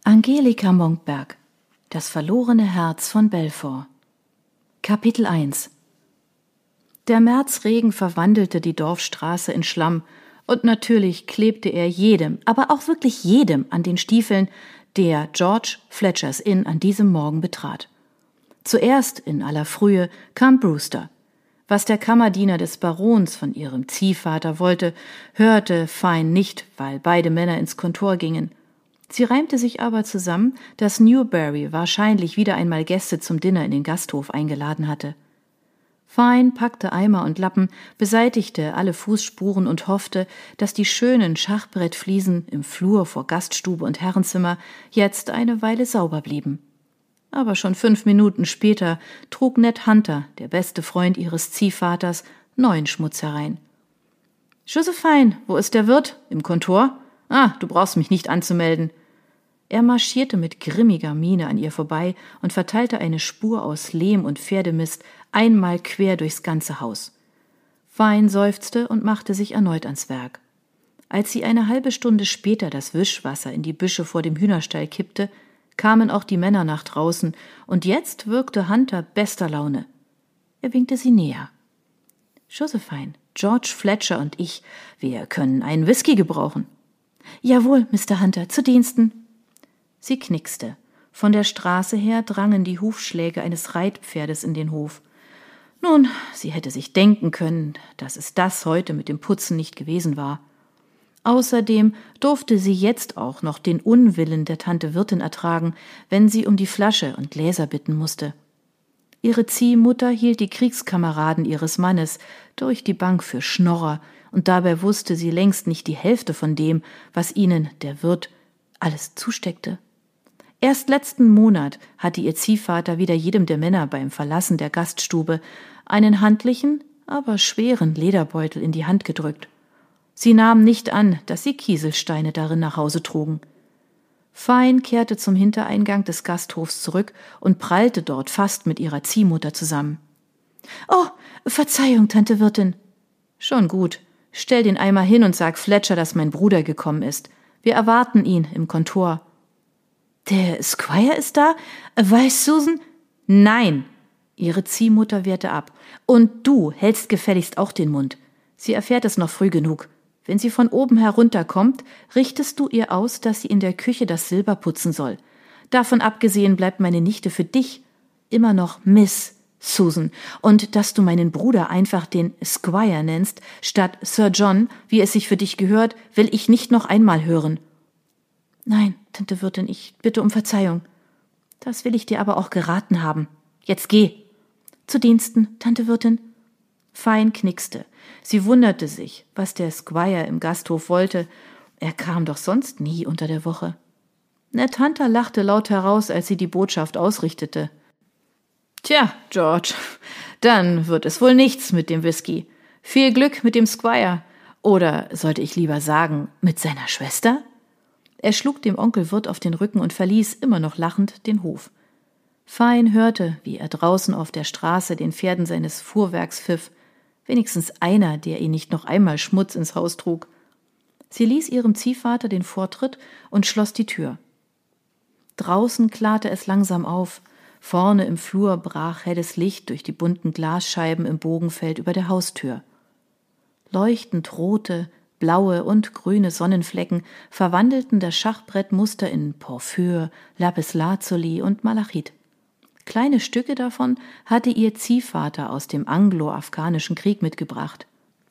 Angelika Monkberg. Das verlorene Herz von Belfort. Kapitel 1. Der Märzregen verwandelte die Dorfstraße in Schlamm, und natürlich klebte er jedem, aber auch wirklich jedem an den Stiefeln, der George Fletchers Inn an diesem Morgen betrat. Zuerst in aller Frühe kam Brewster. Was der Kammerdiener des Barons von ihrem Ziehvater wollte, hörte Fine nicht, weil beide Männer ins Kontor gingen. Sie reimte sich aber zusammen, dass Newberry wahrscheinlich wieder einmal Gäste zum Dinner in den Gasthof eingeladen hatte. Fine packte Eimer und Lappen, beseitigte alle Fußspuren und hoffte, dass die schönen Schachbrettfliesen im Flur vor Gaststube und Herrenzimmer jetzt eine Weile sauber blieben. Aber schon 5 Minuten später trug Ned Hunter, der beste Freund ihres Ziehvaters, neuen Schmutz herein. »Josephine, wo ist der Wirt? Im Kontor? Ah, du brauchst mich nicht anzumelden.« Er marschierte mit grimmiger Miene an ihr vorbei und verteilte eine Spur aus Lehm und Pferdemist einmal quer durchs ganze Haus. Fine seufzte und machte sich erneut ans Werk. Als sie eine halbe Stunde später das Wischwasser in die Büsche vor dem Hühnerstall kippte, kamen auch die Männer nach draußen, und jetzt wirkte Hunter bester Laune. Er winkte sie näher. »Josephine, George Fletcher und ich, wir können einen Whisky gebrauchen.« »Jawohl, Mr. Hunter, zu Diensten.« Sie knickste. Von der Straße her drangen die Hufschläge eines Reitpferdes in den Hof. Nun, sie hätte sich denken können, dass es das heute mit dem Putzen nicht gewesen war. Außerdem durfte sie jetzt auch noch den Unwillen der Tante Wirtin ertragen, wenn sie um die Flasche und Gläser bitten musste. Ihre Ziehmutter hielt die Kriegskameraden ihres Mannes durch die Bank für Schnorrer, und dabei wusste sie längst nicht die Hälfte von dem, was ihnen der Wirt alles zusteckte. Erst letzten Monat hatte ihr Ziehvater wieder jedem der Männer beim Verlassen der Gaststube einen handlichen, aber schweren Lederbeutel in die Hand gedrückt. Sie nahmen nicht an, dass sie Kieselsteine darin nach Hause trugen. Fine kehrte zum Hintereingang des Gasthofs zurück und prallte dort fast mit ihrer Ziehmutter zusammen. »Oh, Verzeihung, Tante Wirtin.« »Schon gut. Stell den Eimer hin und sag Fletcher, dass mein Bruder gekommen ist. Wir erwarten ihn im Kontor.« »Der Squire ist da? Weiß Susan?« »Nein!« Ihre Ziehmutter wehrte ab. »Und du hältst gefälligst auch den Mund. Sie erfährt es noch früh genug. Wenn sie von oben herunterkommt, richtest du ihr aus, dass sie in der Küche das Silber putzen soll. Davon abgesehen bleibt meine Nichte für dich immer noch Miss Susan. Und dass du meinen Bruder einfach den Squire nennst, statt Sir John, wie es sich für dich gehört, will ich nicht noch einmal hören.« »Nein, Tante Wirtin, ich bitte um Verzeihung. Das will ich dir aber auch geraten haben. Jetzt geh.« »Zu Diensten, Tante Wirtin.« Fine knickste. Sie wunderte sich, was der Squire im Gasthof wollte. Er kam doch sonst nie unter der Woche. Ned Hunter lachte laut heraus, als sie die Botschaft ausrichtete. »Tja, George, dann wird es wohl nichts mit dem Whisky. Viel Glück mit dem Squire. Oder sollte ich lieber sagen, mit seiner Schwester?« Er schlug dem Onkel Wirt auf den Rücken und verließ, immer noch lachend, den Hof. Fine hörte, wie er draußen auf der Straße den Pferden seines Fuhrwerks pfiff. Wenigstens einer, der ihn nicht noch einmal Schmutz ins Haus trug. Sie ließ ihrem Ziehvater den Vortritt und schloss die Tür. Draußen klarte es langsam auf. Vorne im Flur brach helles Licht durch die bunten Glasscheiben im Bogenfeld über der Haustür. Leuchtend rote, blaue und grüne Sonnenflecken verwandelten das Schachbrettmuster in Porphyr, Lapislazuli und Malachit. Kleine Stücke davon hatte ihr Ziehvater aus dem anglo-afghanischen Krieg mitgebracht.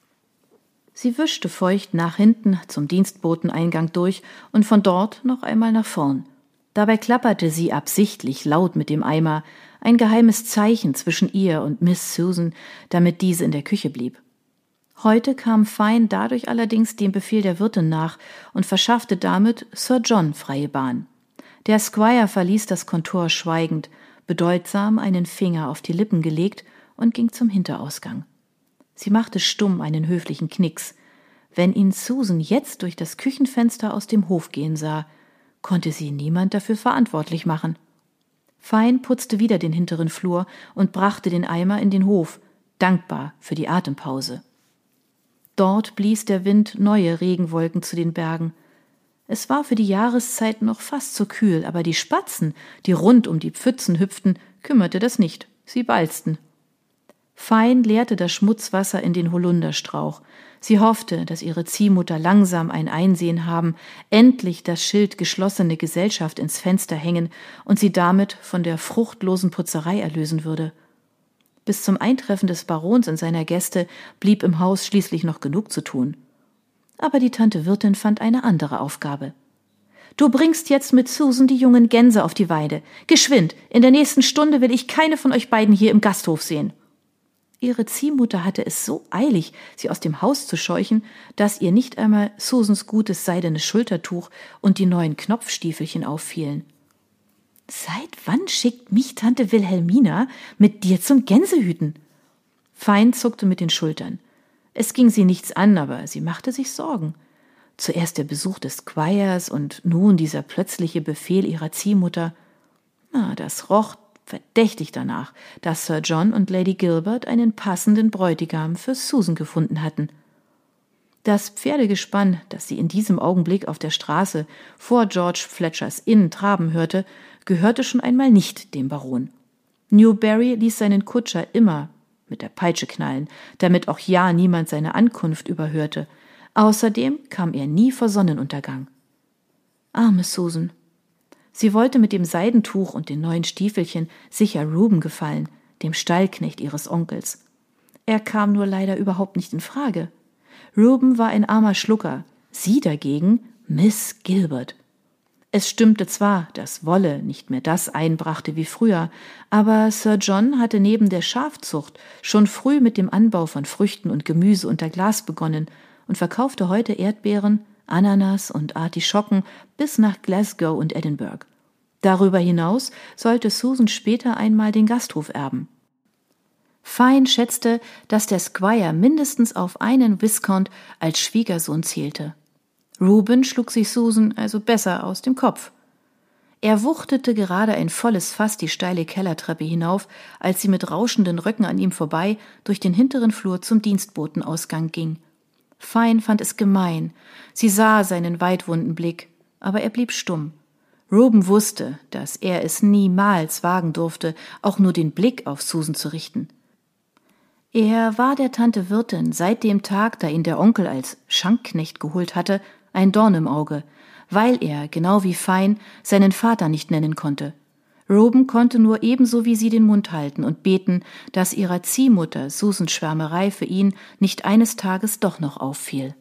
Sie wischte feucht nach hinten zum Dienstboteneingang durch und von dort noch einmal nach vorn. Dabei klapperte sie absichtlich laut mit dem Eimer, ein geheimes Zeichen zwischen ihr und Miss Susan, damit diese in der Küche blieb. Heute kam Fine dadurch allerdings dem Befehl der Wirtin nach und verschaffte damit Sir John freie Bahn. Der Squire verließ das Kontor schweigend, bedeutsam einen Finger auf die Lippen gelegt und ging zum Hinterausgang. Sie machte stumm einen höflichen Knicks. Wenn ihn Susan jetzt durch das Küchenfenster aus dem Hof gehen sah, konnte sie niemand dafür verantwortlich machen. Fine putzte wieder den hinteren Flur und brachte den Eimer in den Hof, dankbar für die Atempause. Dort blies der Wind neue Regenwolken zu den Bergen. Es war für die Jahreszeit noch fast zu kühl, aber die Spatzen, die rund um die Pfützen hüpften, kümmerte das nicht. Sie balzten. Fein leerte das Schmutzwasser in den Holunderstrauch. Sie hoffte, dass ihre Ziehmutter langsam ein Einsehen haben, endlich das Schild geschlossene Gesellschaft ins Fenster hängen und sie damit von der fruchtlosen Putzerei erlösen würde. Bis zum Eintreffen des Barons und seiner Gäste blieb im Haus schließlich noch genug zu tun. Aber die Tante Wirtin fand eine andere Aufgabe. »Du bringst jetzt mit Susan die jungen Gänse auf die Weide. Geschwind, in der nächsten Stunde will ich keine von euch beiden hier im Gasthof sehen.« Ihre Ziehmutter hatte es so eilig, sie aus dem Haus zu scheuchen, dass ihr nicht einmal Susans gutes seidenes Schultertuch und die neuen Knopfstiefelchen auffielen. »Seit wann schickt mich Tante Wilhelmina mit dir zum Gänsehüten?« Fein zuckte mit den Schultern. Es ging sie nichts an, aber sie machte sich Sorgen. Zuerst der Besuch des Squires und nun dieser plötzliche Befehl ihrer Ziehmutter. Das roch verdächtig danach, dass Sir John und Lady Gilbert einen passenden Bräutigam für Susan gefunden hatten. Das Pferdegespann, das sie in diesem Augenblick auf der Straße vor George Fletchers Inn traben hörte, gehörte schon einmal nicht dem Baron. Newberry ließ seinen Kutscher immer mit der Peitsche knallen, damit auch ja niemand seine Ankunft überhörte. Außerdem kam er nie vor Sonnenuntergang. Arme Susan. Sie wollte mit dem Seidentuch und den neuen Stiefelchen sicher Reuben gefallen, dem Stallknecht ihres Onkels. Er kam nur leider überhaupt nicht in Frage. Reuben war ein armer Schlucker, sie dagegen Miss Gilbert. Es stimmte zwar, dass Wolle nicht mehr das einbrachte wie früher, aber Sir John hatte neben der Schafzucht schon früh mit dem Anbau von Früchten und Gemüse unter Glas begonnen und verkaufte heute Erdbeeren, Ananas und Artischocken bis nach Glasgow und Edinburgh. Darüber hinaus sollte Susan später einmal den Gasthof erben. Fein schätzte, dass der Squire mindestens auf einen Viscount als Schwiegersohn zählte. Reuben schlug sich Susan also besser aus dem Kopf. Er wuchtete gerade ein volles Fass die steile Kellertreppe hinauf, als sie mit rauschenden Röcken an ihm vorbei durch den hinteren Flur zum Dienstbotenausgang ging. Fein fand es gemein. Sie sah seinen weitwunden Blick, aber er blieb stumm. Reuben wusste, dass er es niemals wagen durfte, auch nur den Blick auf Susan zu richten. Er war der Tante Wirtin seit dem Tag, da ihn der Onkel als Schankknecht geholt hatte, ein Dorn im Auge, weil er, genau wie Fein, seinen Vater nicht nennen konnte. Reuben konnte nur ebenso wie sie den Mund halten und beten, dass ihrer Ziehmutter Susans Schwärmerei für ihn nicht eines Tages doch noch auffiel.